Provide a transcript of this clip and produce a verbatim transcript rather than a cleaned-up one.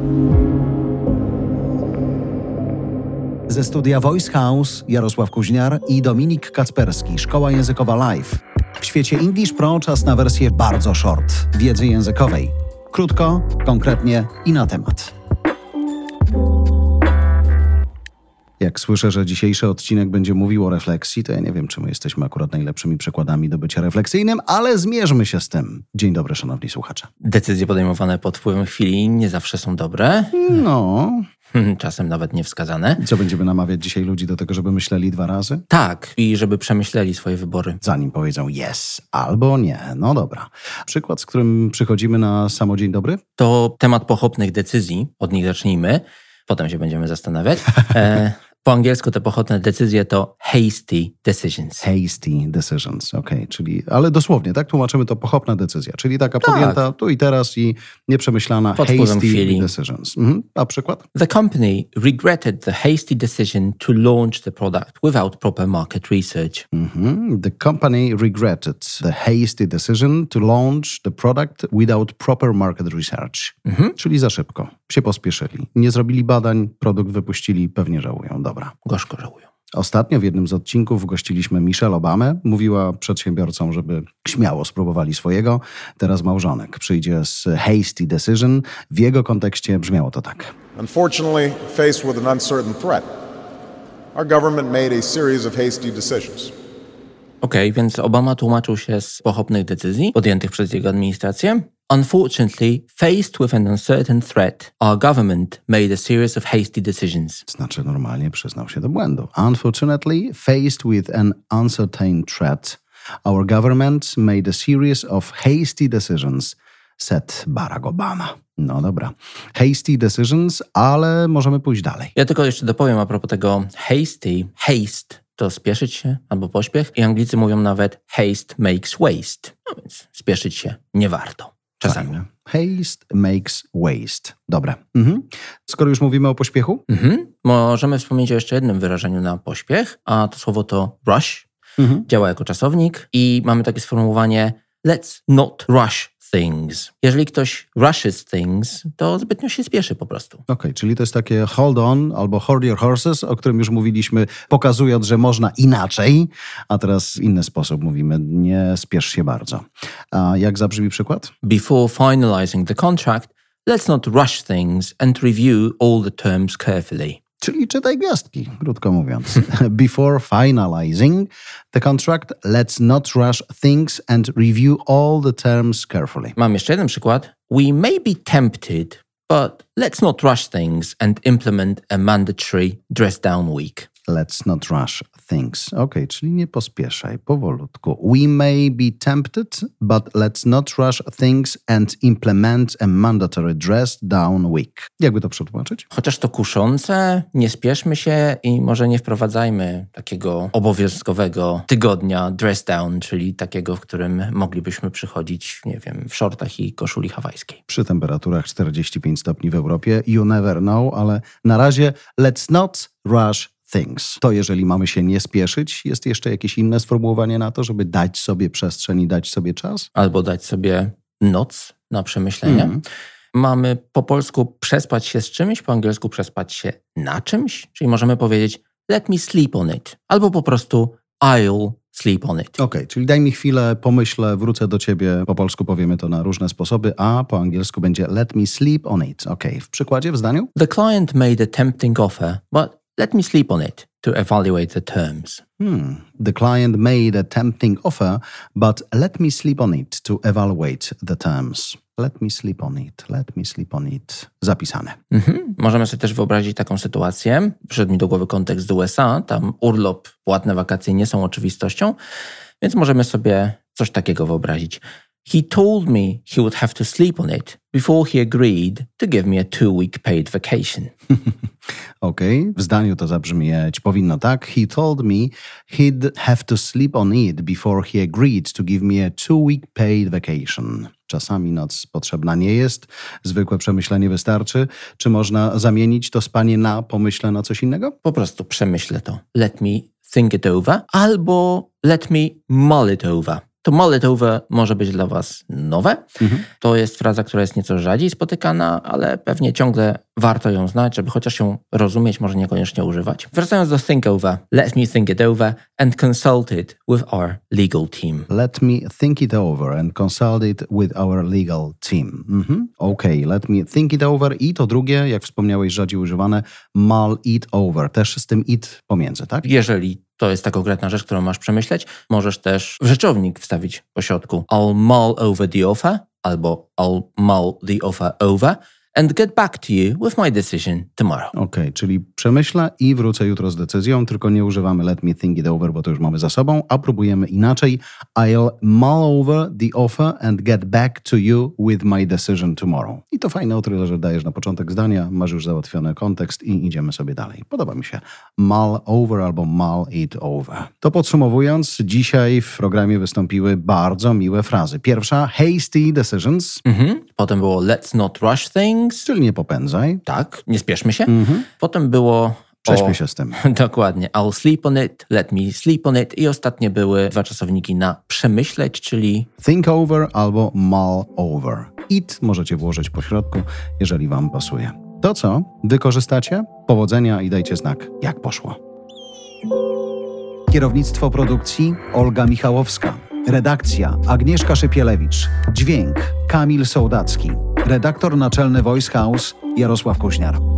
Ze studia Voice House Jarosław Kuźniar i Dominik Kacperski, Szkoła Językowa Live. W świecie English Pro czas na wersję bardzo short wiedzy językowej. Krótko, konkretnie i na temat. Jak słyszę, że dzisiejszy odcinek będzie mówił o refleksji, to ja nie wiem, czy my jesteśmy akurat najlepszymi przykładami do bycia refleksyjnym, ale zmierzmy się z tym. Dzień dobry, szanowni słuchacze. Decyzje podejmowane pod wpływem chwili nie zawsze są dobre. No. Czasem nawet niewskazane. Co, będziemy namawiać dzisiaj ludzi do tego, żeby myśleli dwa razy? Tak, i żeby przemyśleli swoje wybory. Zanim powiedzą yes albo nie. No dobra. Przykład, z którym przychodzimy na samo dzień dobry? To temat pochopnych decyzji. Od nich zacznijmy. Potem się będziemy zastanawiać. E, po angielsku te pochopne decyzje to hasty decisions. Hasty decisions, okej, okay, czyli, ale dosłownie, tak? Tłumaczymy to pochopna decyzja, czyli taka tak. podjęta tu i teraz i nieprzemyślana pod hasty chwili. decisions. Mhm. A przykład? The company regretted the hasty decision to launch the product without proper market research. Mhm. The company regretted the hasty decision to launch the product without proper market research. Mhm. Czyli za szybko. Się pospieszyli. Nie zrobili badań, produkt wypuścili, pewnie żałują. Dobra. Gorzko żałują. Ostatnio w jednym z odcinków gościliśmy Michelle Obamę. Mówiła przedsiębiorcom, żeby śmiało spróbowali swojego. Teraz małżonek przyjdzie z hasty decision. W jego kontekście brzmiało to tak. Unfortunately, faced with an uncertain threat, our government made a series of hasty decisions. Okej, okay, więc Obama tłumaczył się z pochopnych decyzji podjętych przez jego administrację. Unfortunately, faced with an uncertain threat, our government made a series of hasty decisions. Znaczy normalnie przyznał się do błędu. Unfortunately, faced with an uncertain threat, our government made a series of hasty decisions, said Barack Obama. No dobra. Hasty decisions, ale możemy pójść dalej. Ja tylko jeszcze dopowiem a propos tego hasty, haste. To spieszyć się albo pośpiech. I Anglicy mówią nawet haste makes waste. No więc spieszyć się nie warto. Czasami. Fajne. Haste makes waste. Dobra. Mhm. Skoro już mówimy o pośpiechu? Mhm. Możemy wspomnieć o jeszcze jednym wyrażeniu na pośpiech, a to słowo to rush. Mhm. Działa jako czasownik i mamy takie sformułowanie let's not rush things. Jeżeli ktoś rushes things, to zbytnio się spieszy po prostu. Okej, okay, czyli to jest takie hold on albo hold your horses, o którym już mówiliśmy, pokazując, że można inaczej, a teraz w inny sposób mówimy, nie spiesz się bardzo. A jak zabrzmi przykład? Before finalizing the contract, let's not rush things and review all the terms carefully. Czyli czytaj gwiazdki, krótko mówiąc. Before finalizing the contract, let's not rush things and review all the terms carefully. Mam jeszcze jeden przykład. We may be tempted, but let's not rush things and implement a mandatory dress down week. Let's not rush things. Okej, okay, czyli nie pospieszaj, powolutku. We may be tempted, but let's not rush things and implement a mandatory dress down week. Jakby to przetłumaczyć? Chociaż to kuszące, nie spieszmy się i może nie wprowadzajmy takiego obowiązkowego tygodnia dress down, czyli takiego, w którym moglibyśmy przychodzić, nie wiem, w shortach i koszuli hawajskiej. Przy temperaturach czterdzieści pięć stopni w Europie, you never know, ale na razie let's not rush things. To jeżeli mamy się nie spieszyć, jest jeszcze jakieś inne sformułowanie na to, żeby dać sobie przestrzeń i dać sobie czas? Albo dać sobie noc na przemyślenie. Mm. Mamy po polsku przespać się z czymś, po angielsku przespać się na czymś, czyli możemy powiedzieć let me sleep on it, albo po prostu I'll sleep on it. Okej, okay, czyli daj mi chwilę, pomyślę, wrócę do ciebie. Po polsku powiemy to na różne sposoby, a po angielsku będzie let me sleep on it. Okej, okay. W przykładzie, w zdaniu? The client made a tempting offer, but let me sleep on it to evaluate the terms. Hmm. The client made a tempting offer, but let me sleep on it to evaluate the terms. Let me sleep on it, let me sleep on it. Zapisane. Mhm. Możemy sobie też wyobrazić taką sytuację. Przyszedł mi do głowy kontekst z U S A. Tam urlop, płatne wakacje nie są oczywistością, więc możemy sobie coś takiego wyobrazić. He told me he would have to sleep on it before he agreed to give me a two-week paid vacation. Okej, okay. W zdaniu to zabrzmieć powinno tak. He told me he'd have to sleep on it before he agreed to give me a two-week paid vacation. Czasami noc potrzebna nie jest, zwykłe przemyślenie wystarczy. Czy można zamienić to spanie na pomyślę na coś innego? Po prostu przemyślę to. Let me think it over albo let me mull it over. To mull it over może być dla was nowe. Mhm. To jest fraza, która jest nieco rzadziej spotykana, ale pewnie ciągle warto ją znać, żeby chociaż ją rozumieć, może niekoniecznie używać. Wracając do think over. Let me think it over and consult it with our legal team. Let me think it over and consult it with our legal team. Mhm. Okej, okay. Let me think it over i to drugie, jak wspomniałeś, rzadziej używane, mull it over. Też z tym it pomiędzy, tak? Jeżeli to jest ta konkretna rzecz, którą masz przemyśleć, możesz też w rzeczownik wstawić po środku I'll mull over the offer albo I'll mull the offer over and get back to you with my decision tomorrow. Okej, okay, czyli przemyślę i wrócę jutro z decyzją, tylko nie używamy let me think it over, bo to już mamy za sobą, a próbujemy inaczej. I'll mull over the offer and get back to you with my decision tomorrow. I to fajne utry, że dajesz na początek zdania, masz już załatwiony kontekst i idziemy sobie dalej. Podoba mi się. Mull over albo mull it over. To podsumowując, dzisiaj w programie wystąpiły bardzo miłe frazy. Pierwsza, hasty decisions. Mhm. Potem było let's not rush things. Czyli nie popędzaj. Tak, nie spieszmy się. Mhm. Potem było... Prześpię się z tym. Dokładnie. I'll sleep on it, let me sleep on it. I ostatnie były dwa czasowniki na przemyśleć, czyli... think over albo mull over. It możecie włożyć po środku, jeżeli wam pasuje. To co? Wykorzystacie? Powodzenia i dajcie znak, jak poszło. Kierownictwo produkcji Olga Michałowska. Redakcja Agnieszka Szypielewicz. Dźwięk Kamil Sołdacki. Redaktor naczelny Voice House Jarosław Kuźniar.